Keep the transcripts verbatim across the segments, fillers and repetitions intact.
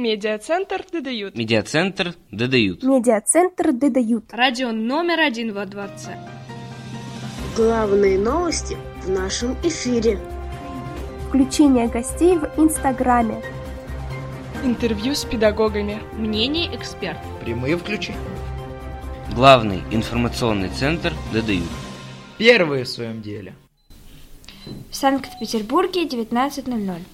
Медиацентр Дедают. Медиацентр Дедают. Медиацентр Дедают. Радио номер один во дворце. Главные новости в нашем эфире. Включение гостей в Инстаграме. Интервью с педагогами. Мнение экспертов. Прямые включения. Главный информационный центр Дедают. Первые в своем деле. В Санкт-Петербурге девятнадцать ноль ноль.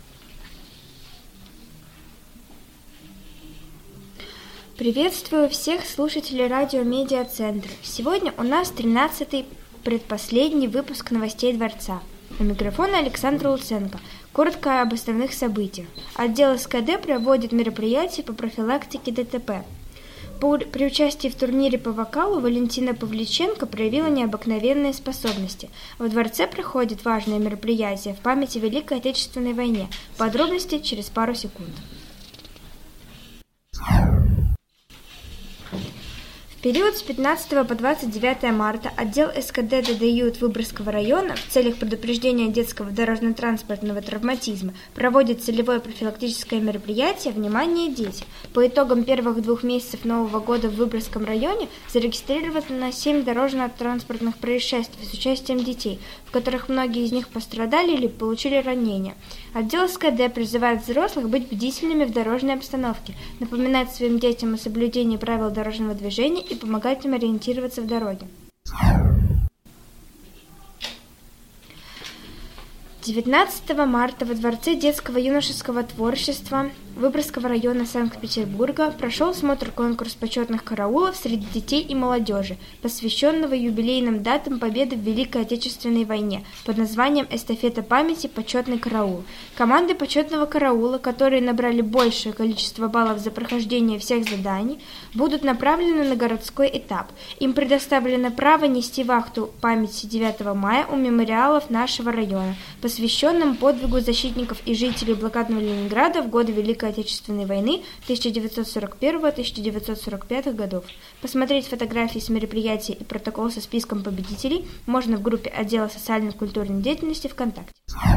Приветствую всех слушателей радио Медиацентра. Сегодня у нас тринадцатый предпоследний выпуск новостей Дворца. У микрофона Александра Луценко. Коротко об основных событиях. Отдел СКД проводит мероприятия по профилактике ДТП. При участии в турнире по вокалу Валентина Павличенко проявила необыкновенные способности. Во Дворце проходит важное мероприятие в память о Великой Отечественной войне. Подробности через пару секунд. В период с пятнадцатого по двадцать девятое марта отдел СКД Дедают Выборгского района в целях предупреждения детского дорожно-транспортного травматизма проводит целевое профилактическое мероприятие «Внимание, дети!». По итогам первых двух месяцев Нового года в Выборгском районе зарегистрировано семь дорожно-транспортных происшествий с участием детей, в которых многие из них пострадали или получили ранения. Отдел СКД призывает взрослых быть бдительными в дорожной обстановке, напоминать своим детям о соблюдении правил дорожного движения и помогать им ориентироваться в дороге. девятнадцатого марта во Дворце детского юношеского творчества Выборгского района Санкт-Петербурга прошел смотр-конкурс почетных караулов среди детей и молодежи, посвященного юбилейным датам победы в Великой Отечественной войне под названием «Эстафета памяти. Почетный караул». Команды почетного караула, которые набрали большее количество баллов за прохождение всех заданий, будут направлены на городской этап. Им предоставлено право нести вахту памяти девятого мая у мемориалов нашего района, посвященным подвигу защитников и жителей блокадного Ленинграда в годы Великой Отечественной войны тысяча девятьсот сорок первого — тысяча девятьсот сорок пятого годов. Посмотреть фотографии с мероприятия и протокол со списком победителей можно в группе отдела социально-культурной деятельности ВКонтакте.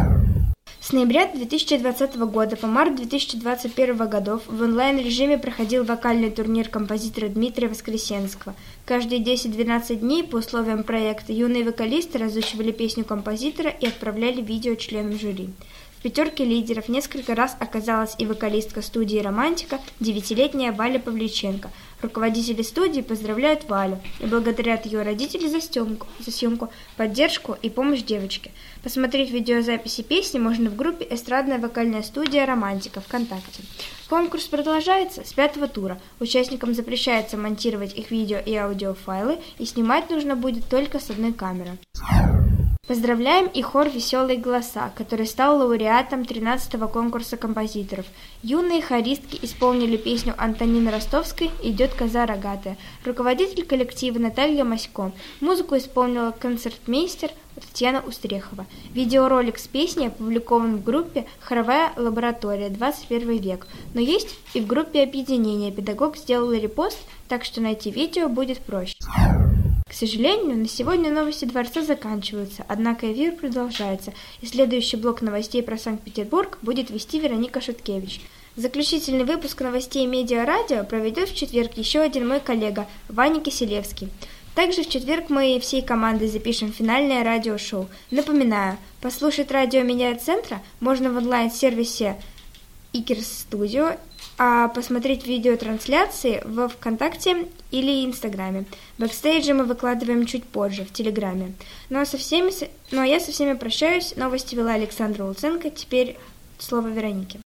С ноября две тысячи двадцатого года по март две тысячи двадцать первого годов в онлайн-режиме проходил вокальный турнир композитора Дмитрия Воскресенского. Каждые десять-двенадцать дней по условиям проекта юные вокалисты разучивали песню композитора и отправляли видео членам жюри. В пятерке лидеров несколько раз оказалась и вокалистка студии «Романтика», девятилетняя Валя Павличенко. Руководители студии поздравляют Валю и благодарят ее родителей за съемку, за съемку, поддержку и помощь девочке. Посмотреть видеозаписи песни можно в группе «Эстрадная вокальная студия «Романтика» ВКонтакте. Конкурс продолжается с пятого тура. Участникам запрещается монтировать их видео и аудиофайлы, и снимать нужно будет только с одной камеры. Поздравляем и хор «Веселые голоса», который стал лауреатом тринадцатого конкурса композиторов. Юные хористки исполнили песню Антонины Ростовской «Идет коза рогатая». Руководитель коллектива Наталья Масько. Музыку исполнила концертмейстер Татьяна Устрехова. Видеоролик с песней опубликован в группе «Хоровая лаборатория. двадцать первый век». Но есть и в группе объединения. Педагог сделал репост, так что найти видео будет проще. К сожалению, на сегодня новости Дворца заканчиваются, однако эфир продолжается, и следующий блок новостей про Санкт-Петербург будет вести Вероника Шуткевич. Заключительный выпуск новостей Медиарадио проведет в четверг еще один мой коллега, Ваня Киселевский. Также в четверг мы всей командой запишем финальное радиошоу. Напоминаю, послушать радио Медиацентра можно в онлайн-сервисе Икерс Студио, а посмотреть видеотрансляции в ВКонтакте или Инстаграме. Бэкстейджи мы выкладываем чуть позже в Телеграме. Ну а, со всеми, ну а я со всеми прощаюсь. Новости вела Александра Луценко. Теперь слово Веронике.